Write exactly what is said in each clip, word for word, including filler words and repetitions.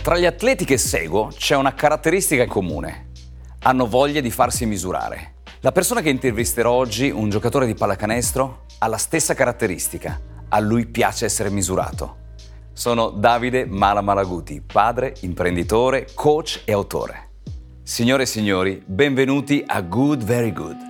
Tra gli atleti che seguo c'è una caratteristica comune. Hanno voglia di farsi misurare. La persona che intervisterò oggi, un giocatore di pallacanestro, ha la stessa caratteristica. A lui piace essere misurato. Sono Davide Mala Malaguti, padre, imprenditore, coach e autore. Signore e signori, benvenuti a Good Very Good.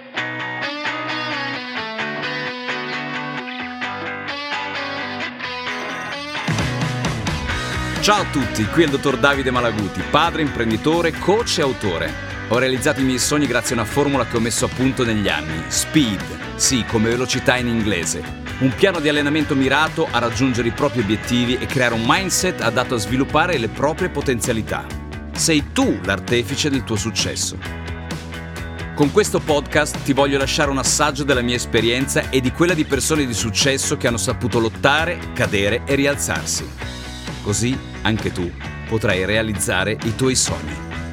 Ciao a tutti, qui è il dottor Davide Malaguti, padre, imprenditore, coach e autore. Ho realizzato i miei sogni grazie a una formula che ho messo a punto negli anni. Speed, sì, come velocità in inglese. Un piano di allenamento mirato a raggiungere i propri obiettivi e creare un mindset adatto a sviluppare le proprie potenzialità. Sei tu l'artefice del tuo successo. Con questo podcast ti voglio lasciare un assaggio della mia esperienza e di quella di persone di successo che hanno saputo lottare, cadere e rialzarsi. Così anche tu potrai realizzare i tuoi sogni.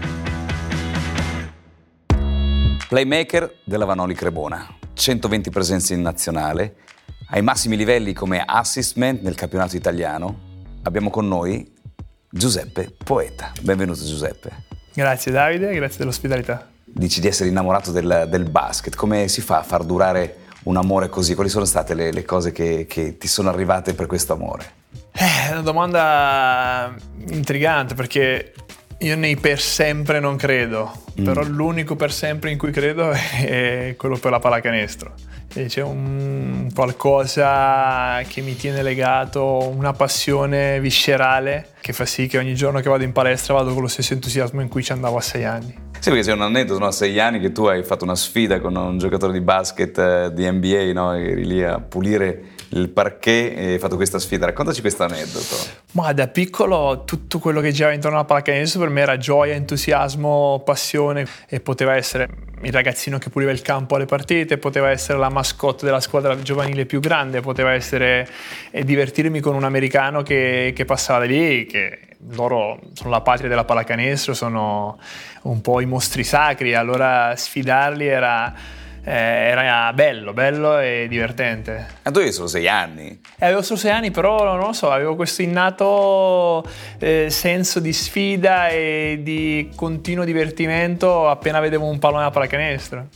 Playmaker della Vanoli Cremona, centoventi presenze in nazionale, ai massimi livelli come assist man nel campionato italiano. Abbiamo con noi Giuseppe Poeta. Benvenuto Giuseppe. Grazie Davide, grazie dell'ospitalità. Dici di essere innamorato del, del basket. Come si fa a far durare un amore così? Quali sono state le, le cose che, che ti sono arrivate per questo amore? Eh, è una domanda intrigante perché io nei per sempre non credo, mm. però l'unico per sempre in cui credo è quello per la pallacanestro. E c'è un qualcosa che mi tiene legato, una passione viscerale che fa sì che ogni giorno che vado in palestra vado con lo stesso entusiasmo in cui ci andavo a sei anni. Sì, perché c'è un aneddoto, no? A sei anni che tu hai fatto una sfida con un giocatore di basket eh, di N B A, no? Eri lì a pulire il parquet e hai fatto questa sfida. Raccontaci questo aneddoto. Ma da piccolo tutto quello che girava intorno alla pallacanestro per me era gioia, entusiasmo, passione, e poteva essere il ragazzino che puliva il campo alle partite, poteva essere la mascotte della squadra giovanile più grande, poteva essere eh, divertirmi con un americano che, che passava da lì, che loro sono la patria della pallacanestro, sono un po' i mostri sacri, allora sfidarli era... Eh, era bello, bello e divertente. Ma tu avevi solo sei anni? Eh, avevo solo sei anni, però non lo so, avevo questo innato eh, senso di sfida e di continuo divertimento appena vedevo un pallone a pallacanestro.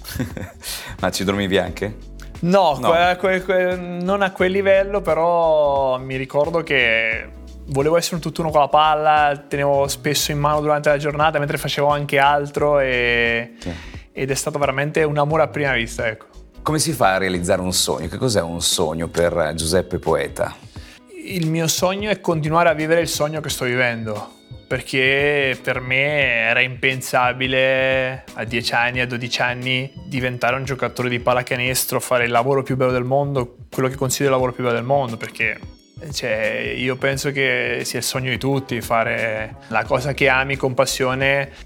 Ma ci dormivi anche? No, no. Que- que- que- non a quel livello, però mi ricordo che volevo essere un tutt'uno con la palla, tenevo spesso in mano durante la giornata mentre facevo anche altro e... Sì. Ed è stato veramente un amore a prima vista, ecco. Come si fa a realizzare un sogno? Che cos'è un sogno per Giuseppe Poeta? Il mio sogno è continuare a vivere il sogno che sto vivendo, perché per me era impensabile a dieci anni, a dodici anni diventare un giocatore di pallacanestro, fare il lavoro più bello del mondo, quello che considero il lavoro più bello del mondo, perché cioè, io penso che sia il sogno di tutti, fare la cosa che ami con passione.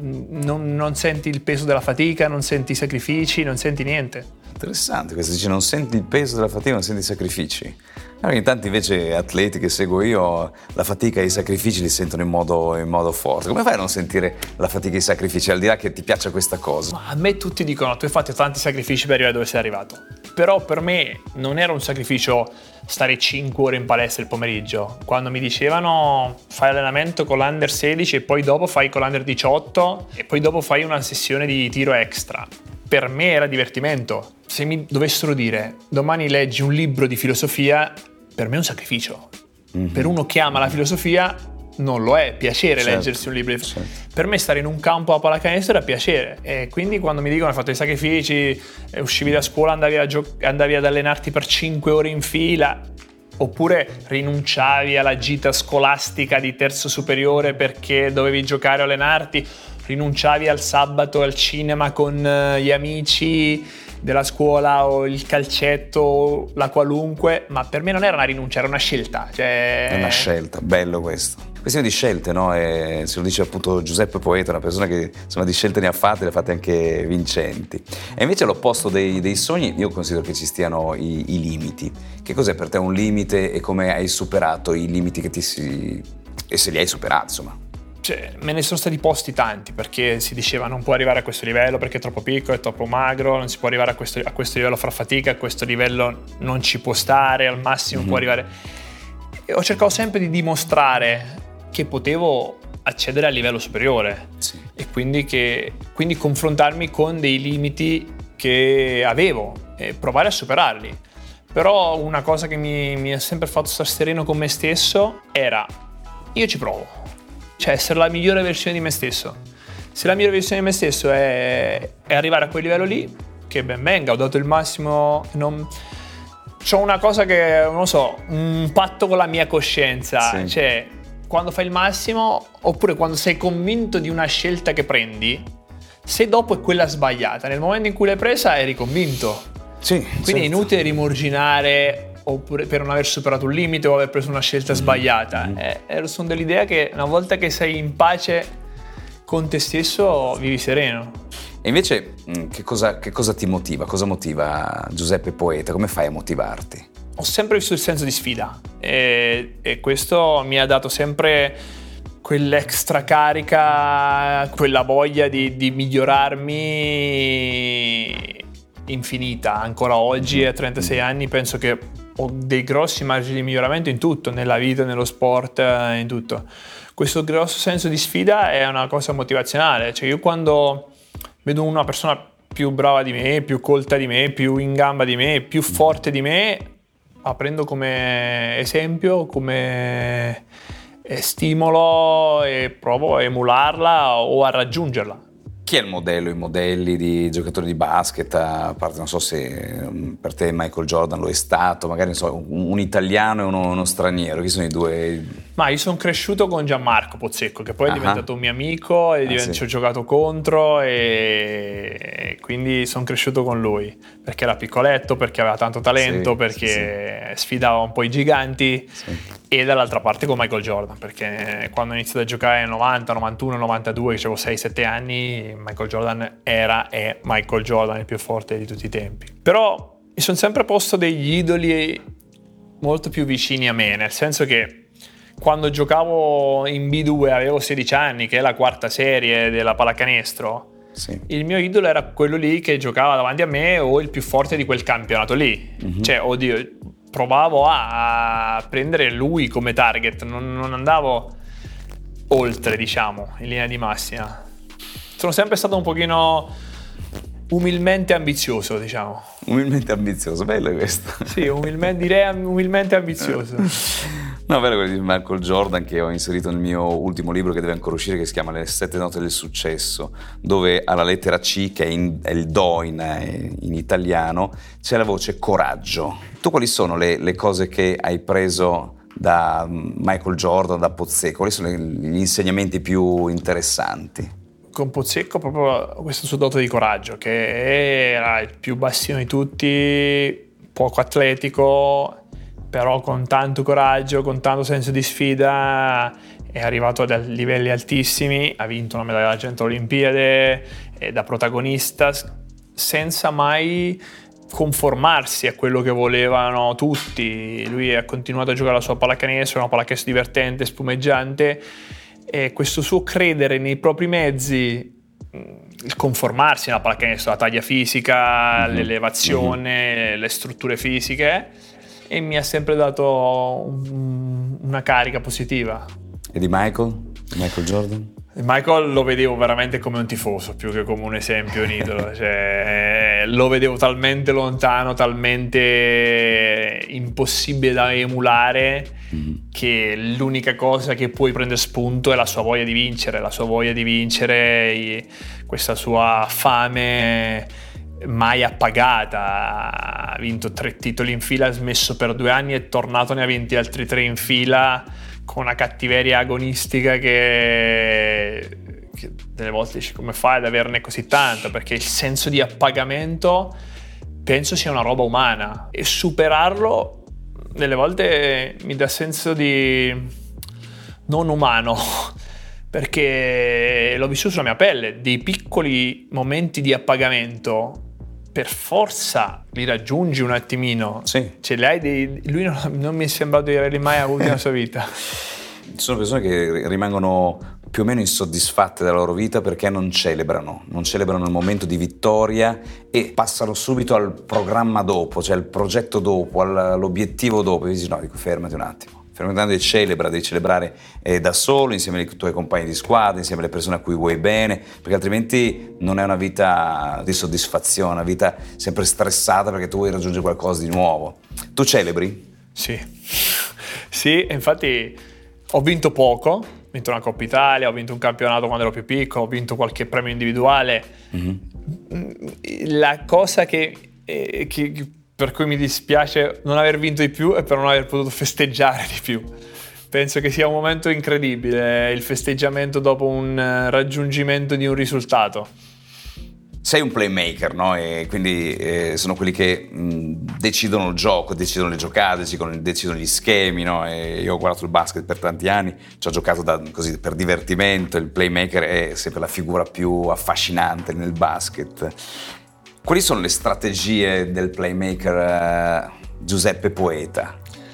Non, non senti il peso della fatica, non senti i sacrifici, non senti niente. Interessante questo, dice non senti il peso della fatica, non senti i sacrifici. Perché tanti invece atleti che seguo io la fatica e i sacrifici li sentono in modo, in modo forte. Come fai a non sentire la fatica e i sacrifici, al di là che ti piaccia questa cosa? Ma a me tutti dicono tu hai fatto tanti sacrifici per arrivare dove sei arrivato, però per me non era un sacrificio stare cinque ore in palestra il pomeriggio. Quando mi dicevano fai allenamento con l'Under sedici e poi dopo fai con l'Under diciotto e poi dopo fai una sessione di tiro extra, per me era divertimento. Se mi dovessero dire domani leggi un libro di filosofia, per me è un sacrificio. Mm-hmm. Per uno che ama la filosofia non lo è piacere, certo, leggersi un libro di... certo. Per me stare in un campo a pallacanestro era piacere, e quindi quando mi dicono hai fatto i sacrifici, uscivi da scuola, andavi, a gio- andavi ad allenarti per cinque ore in fila, oppure rinunciavi alla gita scolastica di terzo superiore perché dovevi giocare o allenarti, rinunciavi al sabato al cinema con gli amici della scuola o il calcetto, la qualunque, ma per me non era una rinuncia, era una scelta. Cioè... È una scelta, bello questo. Questione di scelte, no? E se lo dice appunto Giuseppe Poeta, una persona che insomma di scelte ne ha fatte, le ha fatte anche vincenti. E invece all'opposto dei, dei sogni, io considero che ci stiano i, i limiti. Che cos'è per te un limite e come hai superato i limiti che ti si... e se li hai superati, insomma? Cioè, me ne sono stati posti tanti, perché si diceva non può arrivare a questo livello perché è troppo piccolo, è troppo magro, non si può arrivare a questo, a questo livello, fa fatica, a questo livello non ci può stare, al massimo mm-hmm. può arrivare. E ho cercato sempre di dimostrare che potevo accedere a livello superiore, sì. e quindi, che, quindi confrontarmi con dei limiti che avevo e provare a superarli. Però una cosa che mi, mi ha sempre fatto stare sereno con me stesso era: io ci provo, cioè essere la migliore versione di me stesso. Se la migliore versione di me stesso è, è arrivare a quel livello lì, che ben venga, ho dato il massimo. Non... C'ho una cosa che, non lo so, un patto con la mia coscienza, sì. Cioè quando fai il massimo, oppure quando sei convinto di una scelta che prendi, se dopo è quella sbagliata, nel momento in cui l'hai presa eri convinto. Sì, quindi certo. È inutile rimurginare oppure per non aver superato un limite o aver preso una scelta mm-hmm. sbagliata. Mm-hmm. Eh, sono dell'idea che una volta che sei in pace con te stesso vivi sereno. E invece che cosa, che cosa ti motiva? Cosa motiva Giuseppe Poeta? Come fai a motivarti? Ho sempre visto il senso di sfida e, e questo mi ha dato sempre quell'extra carica, quella voglia di, di migliorarmi infinita. Ancora oggi a trentasei anni penso che ho dei grossi margini di miglioramento in tutto, nella vita, nello sport, in tutto. Questo grosso senso di sfida è una cosa motivazionale, cioè io quando vedo una persona più brava di me, più colta di me, più in gamba di me, più forte di me, la prendo come esempio, come stimolo e provo a emularla o a raggiungerla. Chi è il modello, i modelli di giocatori di basket? A parte, non so se per te Michael Jordan lo è stato, magari non so, un, un italiano e uno, uno straniero. Chi sono i due? Ma io sono cresciuto con Gianmarco Pozzecco, che poi uh-huh. è diventato un mio amico e ah, divent- sì. ci ho giocato contro e... e quindi sono cresciuto con lui, perché era piccoletto, perché aveva tanto talento, sì, perché sì, sì. sfidava un po' i giganti, sì. E dall'altra parte con Michael Jordan, perché quando ho iniziato a giocare nel novanta, novantuno, novantadue, che avevo sei sette anni, Michael Jordan era e Michael Jordan il più forte di tutti i tempi. Però mi sono sempre posto degli idoli molto più vicini a me, nel senso che quando giocavo in B due avevo sedici anni, che è la quarta serie della pallacanestro, sì. Il mio idolo era quello lì che giocava davanti a me o il più forte di quel campionato lì. Mm-hmm. Cioè, oddio, provavo a prendere lui come target, non, non andavo oltre, diciamo, in linea di massima. Sono sempre stato un pochino umilmente ambizioso, diciamo. Umilmente ambizioso, bello questo. Sì, umilmente, direi umilmente ambizioso. No, bello quello di Michael Jordan che ho inserito nel mio ultimo libro che deve ancora uscire, che si chiama Le sette note del successo, dove alla lettera C, che è, in, è il Do in, in italiano, c'è la voce coraggio. Tu quali sono le, le cose che hai preso da Michael Jordan, da Pozzecco? Quali sono gli insegnamenti più interessanti? Con Pozzecco proprio questo suo dote di coraggio, che era il più bassino di tutti, poco atletico, però con tanto coraggio, con tanto senso di sfida è arrivato a livelli altissimi, ha vinto una medaglia d'argento alle Olimpiadi, è da protagonista senza mai conformarsi a quello che volevano tutti. Lui ha continuato a giocare la sua pallacanestro, una pallacanestro divertente, spumeggiante, e questo suo credere nei propri mezzi, il conformarsi nella pallacanestro, la taglia fisica, mm-hmm. l'elevazione, mm-hmm. le strutture fisiche, e mi ha sempre dato un, una carica positiva. E di Michael? Michael Jordan? Michael lo vedevo veramente come un tifoso più che come un esempio, un idolo. Cioè, lo vedevo talmente lontano, talmente impossibile da emulare, mm-hmm. che l'unica cosa che puoi prendere spunto è la sua voglia di vincere, la sua voglia di vincere, questa sua fame mai appagata. Ha vinto tre titoli in fila, ha smesso per due anni, è tornato, ne ha vinti altri tre in fila, con una cattiveria agonistica che, che delle volte dici come fai ad averne così tanto, perché il senso di appagamento penso sia una roba umana, e superarlo delle volte mi dà senso di non umano, perché l'ho vissuto sulla mia pelle, dei piccoli momenti di appagamento per forza li raggiungi un attimino. Sì. Ce li hai dei... Lui non, non mi è sembrato di averli mai avuti nella sua vita. Ci sono persone che rimangono più o meno insoddisfatte della loro vita perché non celebrano, non celebrano il momento di vittoria e passano subito al programma dopo, cioè al progetto dopo, all'obiettivo dopo, e dici no, dico fermati un attimo. frequentando e celebra, devi celebrare eh, da solo, insieme ai tuoi compagni di squadra, insieme alle persone a cui vuoi bene, perché altrimenti non è una vita di soddisfazione, una vita sempre stressata perché tu vuoi raggiungere qualcosa di nuovo. Tu celebri? Sì, sì, infatti ho vinto poco, ho vinto una Coppa Italia, ho vinto un campionato quando ero più piccolo, ho vinto qualche premio individuale. Mm-hmm. La cosa che, eh, che per cui mi dispiace non aver vinto di più è per non aver potuto festeggiare di più. Penso che sia un momento incredibile il festeggiamento dopo un raggiungimento di un risultato. Sei un playmaker, no? E quindi eh, sono quelli che mh, decidono il gioco, decidono le giocate, decidono, decidono gli schemi, no? E io ho guardato il basket per tanti anni, ci ho giocato da, così per divertimento. Il playmaker è sempre la figura più affascinante nel basket. Quali sono le strategie del playmaker eh, Giuseppe Poeta?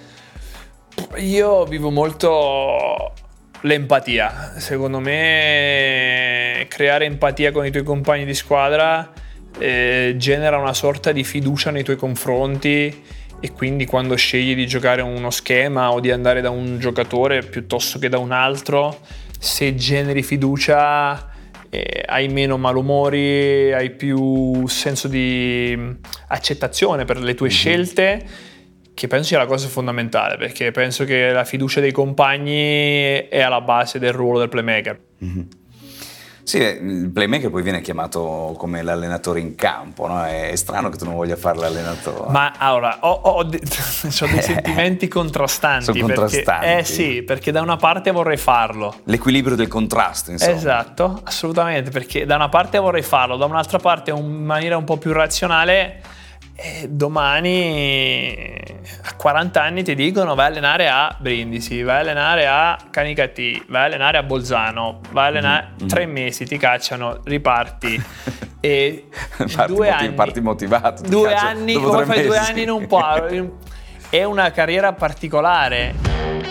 Io vivo molto l'empatia. Secondo me creare empatia con i tuoi compagni di squadra eh, genera una sorta di fiducia nei tuoi confronti, e quindi quando scegli di giocare uno schema o di andare da un giocatore piuttosto che da un altro, se generi fiducia Eh, hai meno malumori, hai più senso di accettazione per le tue mm-hmm. scelte, che penso sia la cosa fondamentale, perché penso che la fiducia dei compagni è alla base del ruolo del playmaker. Mm-hmm. Sì, il playmaker poi viene chiamato come l'allenatore in campo, no? È strano che tu non voglia fare l'allenatore. Ma allora, ho, ho, de- ho dei sentimenti contrastanti. Sono contrastanti. Perché, eh sì, perché da una parte vorrei farlo. L'equilibrio del contrasto, insomma. Esatto, assolutamente, perché da una parte vorrei farlo, da un'altra parte in maniera un po' più razionale. E domani a quaranta anni ti dicono vai a allenare a Brindisi, vai a allenare a Canicattì, vai a allenare a Bolzano, vai a allenare mm-hmm. tre mesi, ti cacciano, riparti e parti due motiv- anni parti motivato due anni come fai due anni in un po', è una carriera particolare.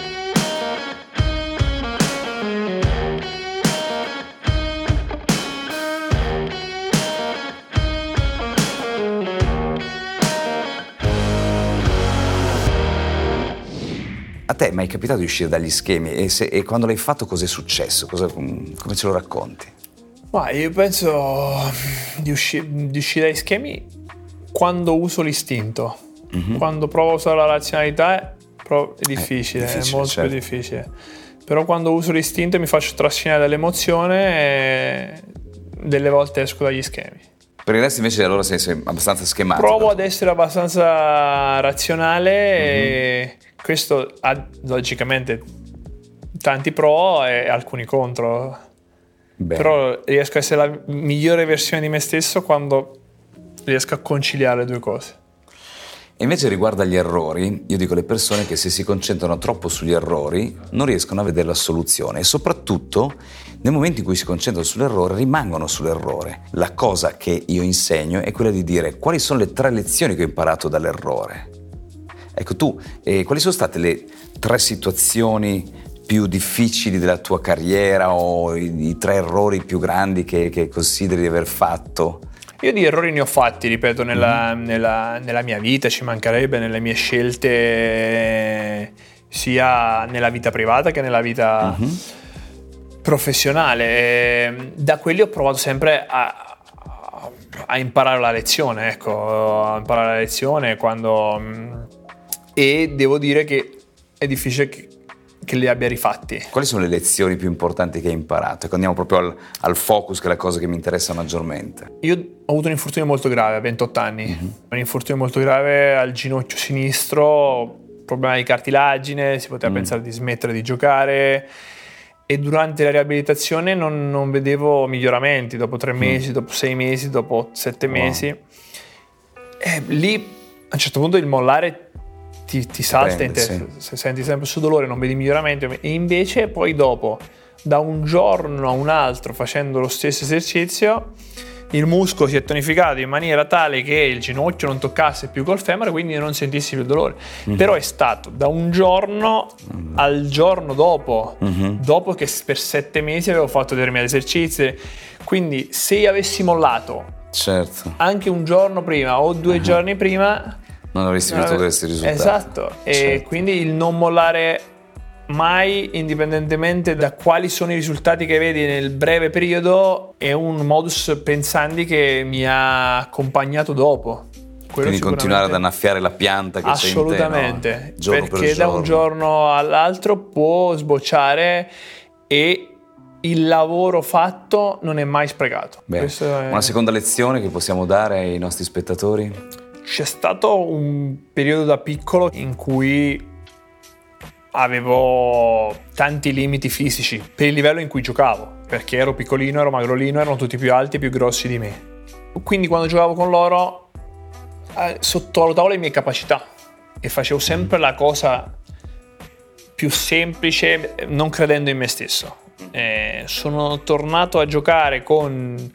A te è mai capitato di uscire dagli schemi e, se, e quando l'hai fatto cos'è successo? Cosa, come ce lo racconti? Ma io penso di, usci- di uscire dagli schemi quando uso l'istinto. Mm-hmm. Quando provo a usare la razionalità è difficile, è, difficile, è molto certo. più difficile. Però quando uso l'istinto e mi faccio trascinare dall'emozione, e delle volte esco dagli schemi. Per il resto invece allora sei, sei abbastanza schematico. Provo ad essere abbastanza razionale mm-hmm. e questo ha logicamente tanti pro e alcuni contro. Bene. Però riesco a essere la migliore versione di me stesso quando riesco a conciliare le due cose. E invece riguardo agli errori, io dico alle persone che se si concentrano troppo sugli errori non riescono a vedere la soluzione e soprattutto nel momento in cui si concentrano sull'errore rimangono sull'errore. La cosa che io insegno è quella di dire quali sono le tre lezioni che ho imparato dall'errore. Ecco tu, eh, quali sono state le tre situazioni più difficili della tua carriera o i, i tre errori più grandi che, che consideri di aver fatto? Io di errori ne ho fatti, ripeto, nella, mm-hmm. nella, nella mia vita, ci mancherebbe, nelle mie scelte sia nella vita privata che nella vita mm-hmm. professionale. E da quelli ho provato sempre a, a imparare la lezione, ecco, a imparare la lezione quando... E devo dire che è difficile che, che li abbia rifatti. Quali sono le lezioni più importanti che hai imparato? Ecco, andiamo proprio al, al focus, che è la cosa che mi interessa maggiormente. Io ho avuto un infortunio molto grave a ventotto anni, mm-hmm. un infortunio molto grave al ginocchio sinistro, problema di cartilagine, si poteva mm. pensare di smettere di giocare e durante la riabilitazione non, non vedevo miglioramenti, dopo tre mesi, mm. dopo sei mesi, dopo sette wow. mesi. E lì a un certo punto il mollare ti, ti salta Prende, in te, sì. senti sempre questo dolore, non vedi miglioramento e invece poi dopo da un giorno a un altro facendo lo stesso esercizio il muscolo si è tonificato in maniera tale che il ginocchio non toccasse più col femore, quindi non sentissi più il dolore. Mm-hmm. Però è stato da un giorno mm-hmm. al giorno dopo, mm-hmm. dopo che per sette mesi avevo fatto determinati esercizi. Quindi se io avessi mollato certo. anche un giorno prima o due uh-huh. giorni prima non avresti avuto questi risultati. Esatto, e certo. quindi il non mollare mai, indipendentemente da quali sono i risultati che vedi nel breve periodo, è un modus pensandi che mi ha accompagnato dopo. Quello Quindi continuare ad annaffiare la pianta che c'è in te, no? Assolutamente, Giorno perché per da giorno. un giorno all'altro può sbocciare e il lavoro fatto non è mai sprecato. Beh, Questo è... Una seconda lezione che possiamo dare ai nostri spettatori? C'è stato un periodo da piccolo in cui avevo tanti limiti fisici per il livello in cui giocavo, perché ero piccolino, ero magrolino, erano tutti più alti e più grossi di me. Quindi quando giocavo con loro eh, sottovalutavo le mie capacità e facevo sempre la cosa più semplice, non credendo in me stesso. Eh, sono tornato a giocare con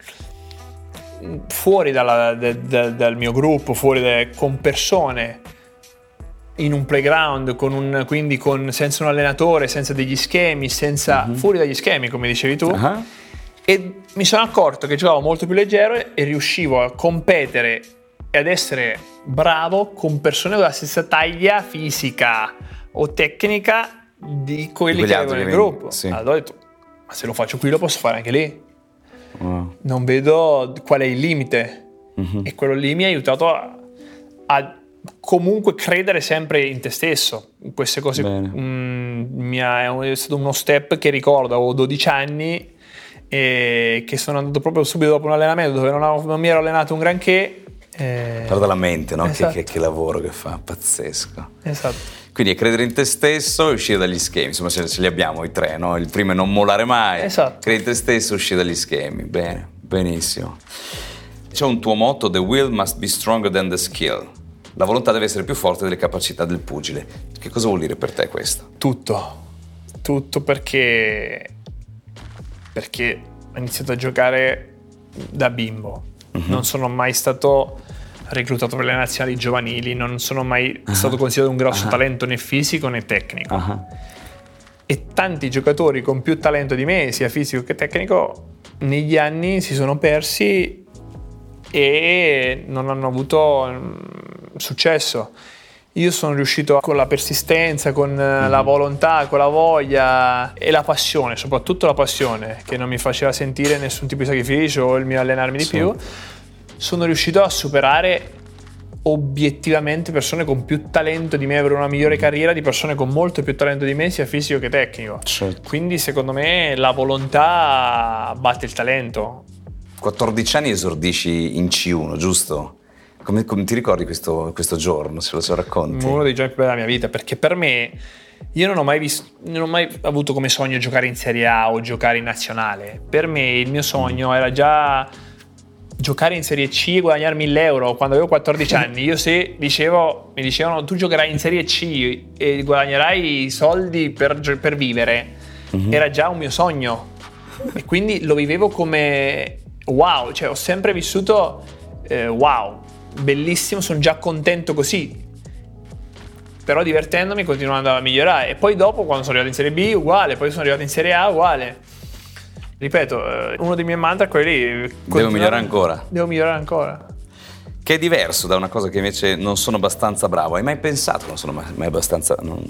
fuori dalla, de, de, dal mio gruppo, fuori de, con persone in un playground, con un, quindi con, senza un allenatore, senza degli schemi, senza, uh-huh. fuori dagli schemi, come dicevi tu, uh-huh. e mi sono accorto che giocavo molto più leggero e riuscivo a competere e ad essere bravo con persone con la stessa taglia fisica o tecnica di quelli che avevo nel gruppo. Sì. Allora ho detto, ma se lo faccio qui lo posso fare anche lì. Wow. Non vedo qual è il limite. Uh-huh. E quello lì mi ha aiutato a, a comunque credere sempre in te stesso. Queste cose um, mi ha, è stato uno step che ricordo, avevo dodici anni e che sono andato proprio subito dopo un allenamento dove non, avevo, non mi ero allenato un granché. Eh... Guarda la mente, no? Esatto. Che, che, che lavoro che fa, pazzesco. Esatto. Quindi è credere in te stesso e uscire dagli schemi. Insomma, ce, ce li abbiamo i tre, no? Il primo è non mollare mai. Esatto. Credere in te stesso e uscire dagli schemi. Bene, benissimo. C'è un tuo motto: the will must be stronger than the skill. La volontà deve essere più forte delle capacità del pugile. Che cosa vuol dire per te questo? Tutto. Tutto perché... Perché ho iniziato a giocare da bimbo. Uh-huh. Non sono mai stato reclutato per le nazionali giovanili, non sono mai uh-huh. stato considerato un grosso uh-huh. talento né fisico né tecnico. Uh-huh. E tanti giocatori con più talento di me, sia fisico che tecnico, negli anni si sono persi e non hanno avuto successo. Io sono riuscito con la persistenza, con uh-huh. la volontà, con la voglia e la passione, soprattutto la passione, che non mi faceva sentire nessun tipo di sacrificio o il mio allenarmi di sì. più. Sono riuscito a superare obiettivamente persone con più talento di me, avere una migliore carriera di persone con molto più talento di me, sia fisico che tecnico. Certo. Quindi secondo me la volontà batte il talento. quattordici anni esordisci in C uno, giusto? Come, come ti ricordi questo, questo giorno, se lo so racconti? Uno dei giorni più belli della mia vita, perché per me, io non ho mai visto, non ho mai avuto come sogno giocare in Serie A o giocare in nazionale. Per me il mio sogno era già giocare in Serie C e guadagnare mille euro. Quando avevo quattordici anni, io se dicevo, mi dicevano tu giocherai in Serie C e guadagnerai i soldi per, per vivere, uh-huh. era già un mio sogno. E quindi lo vivevo come wow, cioè ho sempre vissuto eh, wow, bellissimo, sono già contento così, però divertendomi, continuando a migliorare. E poi dopo, quando sono arrivato in Serie B, uguale, poi sono arrivato in Serie A, uguale. Ripeto, uno dei miei mantra è quello lì. Devo migliorare ancora. Devo migliorare ancora. Che è diverso da una cosa che invece non sono abbastanza bravo. Hai mai pensato che non sono mai abbastanza... Non...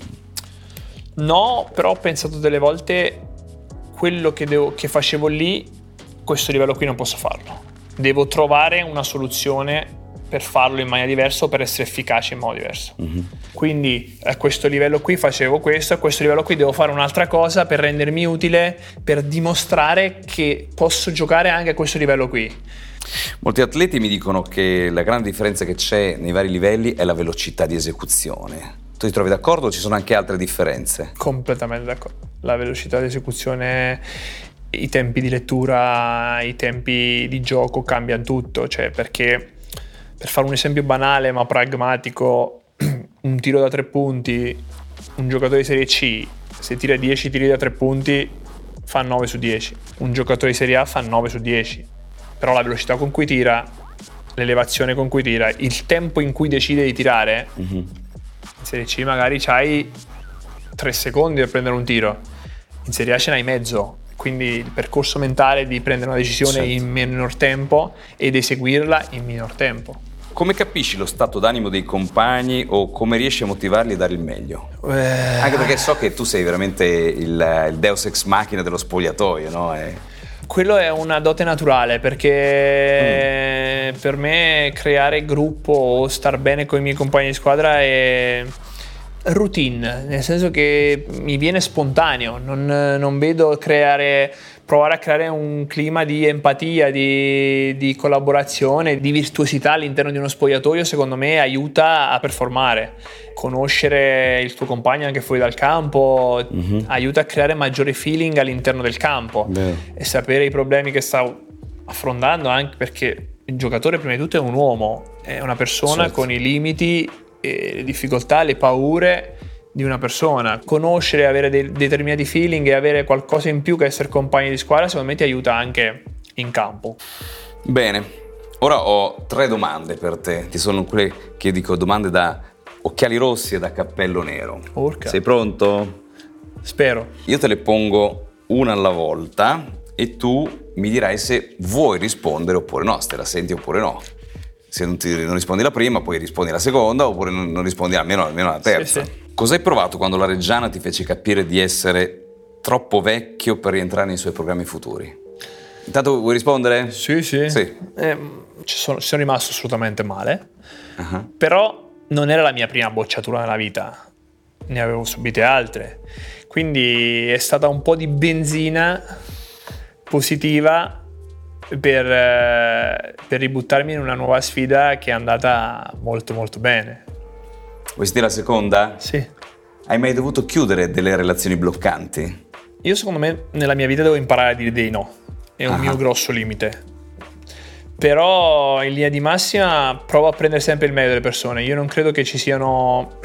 No, però ho pensato delle volte quello che, devo, che facevo lì, questo livello qui non posso farlo. Devo trovare una soluzione per farlo in maniera diversa o per essere efficace in modo diverso. Mm-hmm. Quindi a questo livello qui facevo questo, a questo livello qui devo fare un'altra cosa per rendermi utile, per dimostrare che posso giocare anche a questo livello qui. Molti atleti mi dicono che la grande differenza che c'è nei vari livelli è la velocità di esecuzione. Tu ti trovi d'accordo o ci sono anche altre differenze? Completamente d'accordo. La velocità di esecuzione, i tempi di lettura, i tempi di gioco cambiano tutto, cioè perché, per fare un esempio banale ma pragmatico, un tiro da tre punti, un giocatore di Serie C, se tira dieci tiri da tre punti fa nove su dieci, un giocatore di Serie A fa nove su dieci, però la velocità con cui tira, l'elevazione con cui tira, il tempo in cui decide di tirare, mm-hmm. in Serie C magari c'hai tre secondi per prendere un tiro, in Serie A ce n'hai mezzo, quindi il percorso mentale di prendere una decisione certo. in minor tempo ed eseguirla in minor tempo. come capisci lo stato d'animo dei compagni o come riesci a motivarli e dare il meglio? Eh... Anche perché so che tu sei veramente il, il deus ex machina dello spogliatoio, no? E... Quello è una dote naturale, perché mm. per me creare gruppo o star bene con i miei compagni di squadra è routine, nel senso che mi viene spontaneo, non, non vedo creare, provare a creare un clima di empatia, di, di collaborazione, di virtuosità all'interno di uno spogliatoio. Secondo me aiuta a performare. Conoscere il tuo compagno anche fuori dal campo mm-hmm. aiuta a creare maggiore feeling all'interno del campo. Beh. E sapere i problemi che sta affrontando, anche perché il giocatore prima di tutto è un uomo, è una persona certo. con i limiti e le difficoltà, le paure di una persona. Conoscere, avere dei determinati feeling e avere qualcosa in più che essere compagni di squadra secondo me ti aiuta anche in campo. Bene, ora ho tre domande per te, che sono quelle che dico domande da occhiali rossi e da cappello nero. Urca. Sei pronto? Spero. Io te le pongo una alla volta e tu mi dirai se vuoi rispondere oppure no, se te la senti oppure no. Se non, ti, non rispondi la prima, poi rispondi la seconda, oppure non, non rispondi almeno, almeno la terza. Sì, sì. Cosa hai provato quando la Reggiana ti fece capire di essere troppo vecchio per rientrare nei suoi programmi futuri? Intanto vuoi rispondere? Sì, sì. sì. Eh, ci, sono, ci sono rimasto assolutamente male, uh-huh. però non era la mia prima bocciatura nella vita, ne avevo subite altre. Quindi è stata un po' di benzina positiva Per, per ributtarmi in una nuova sfida che è andata molto molto bene. Vuoi sentire la seconda? Sì. Hai mai dovuto chiudere delle relazioni bloccanti? Io secondo me nella mia vita devo imparare a dire dei no, è un uh-huh. mio grosso limite. Però in linea di massima provo a prendere sempre il meglio delle persone. Io non credo che ci siano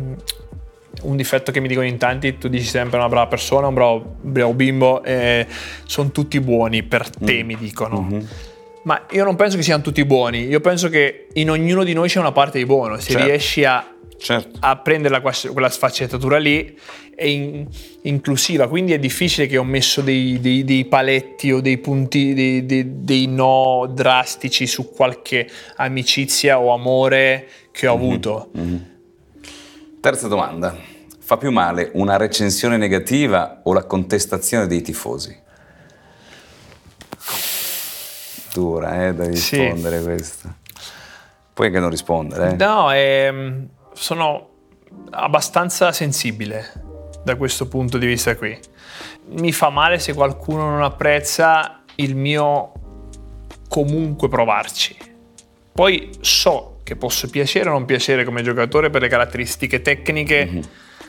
un difetto che mi dicono in tanti, tu dici sempre una brava persona, un bravo, bravo bimbo, eh, sono tutti buoni per te, mm. mi dicono. Mm-hmm. Ma io non penso che siano tutti buoni, io penso che in ognuno di noi c'è una parte di buono. Se certo. riesci a, certo. a prendere quella sfaccettatura lì è in, inclusiva, quindi è difficile che ho messo dei, dei, dei paletti o dei punti, dei, dei, dei no drastici su qualche amicizia o amore che ho mm-hmm. avuto. Mm-hmm. Terza domanda. Fa più male una recensione negativa o la contestazione dei tifosi? Dura, eh, da rispondere sì. questa. Puoi anche non rispondere. Eh. No, eh, sono abbastanza sensibile da questo punto di vista qui. Mi fa male se qualcuno non apprezza il mio comunque provarci. Poi so che posso piacere o non piacere come giocatore per le caratteristiche tecniche, mm-hmm.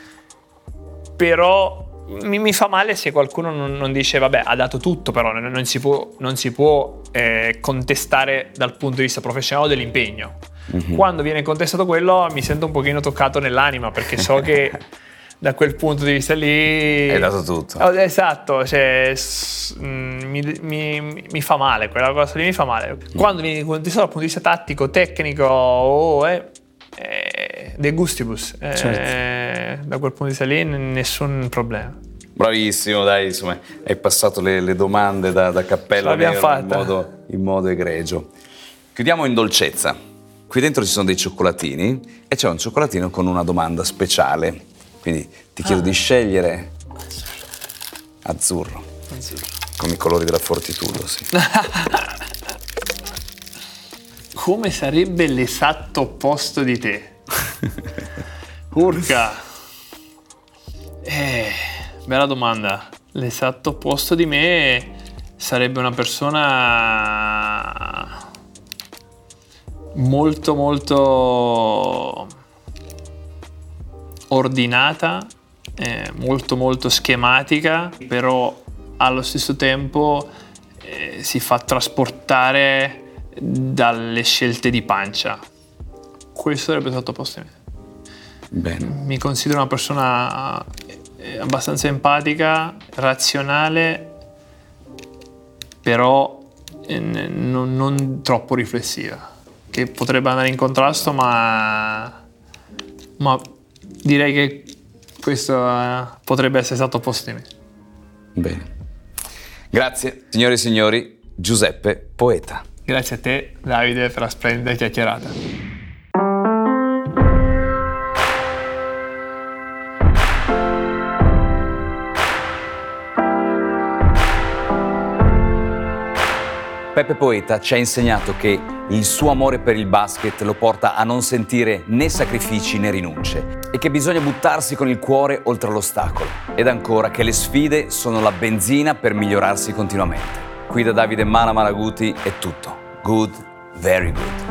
però mi, mi fa male se qualcuno non, non dice vabbè ha dato tutto, però non, non si può, non si può eh, contestare dal punto di vista professionale o dell'impegno. Mm-hmm. Quando viene contestato quello mi sento un pochino toccato nell'anima, perché so che da quel punto di vista lì hai dato tutto. Oh, esatto, cioè s- mi, mi, mi fa male, quella cosa lì mi fa male. Quando vieni contestato dal punto di vista tattico, tecnico, oh, eh, eh, de gustibus, eh, certo. da quel punto di vista lì n- nessun problema. Bravissimo, dai, insomma, hai passato le, le domande da, da cappello nero in modo, in modo egregio. Chiudiamo in dolcezza. Qui dentro ci sono dei cioccolatini e c'è un cioccolatino con una domanda speciale. Quindi ti chiedo ah. di scegliere azzurro, azzurro, come i colori della Fortitudo, sì. Come sarebbe l'esatto opposto di te? Urca! Eh, bella domanda. L'esatto opposto di me sarebbe una persona molto molto ordinata, eh, molto molto schematica, però allo stesso tempo eh, si fa trasportare dalle scelte di pancia. Questo sarebbe stato posto a me. Bene. Mi considero una persona abbastanza empatica, razionale, però eh, non, non troppo riflessiva, che potrebbe andare in contrasto, ma ma direi che questo uh, potrebbe essere stato opposto di me. Bene. Grazie, signore e signori, Giuseppe Poeta. Grazie a te, Davide, per la splendida chiacchierata. Peppe Poeta ci ha insegnato che il suo amore per il basket lo porta a non sentire né sacrifici né rinunce e che bisogna buttarsi con il cuore oltre l'ostacolo. Ed ancora che le sfide sono la benzina per migliorarsi continuamente. Qui da Davide Mala Malaguti è tutto. Good, very good.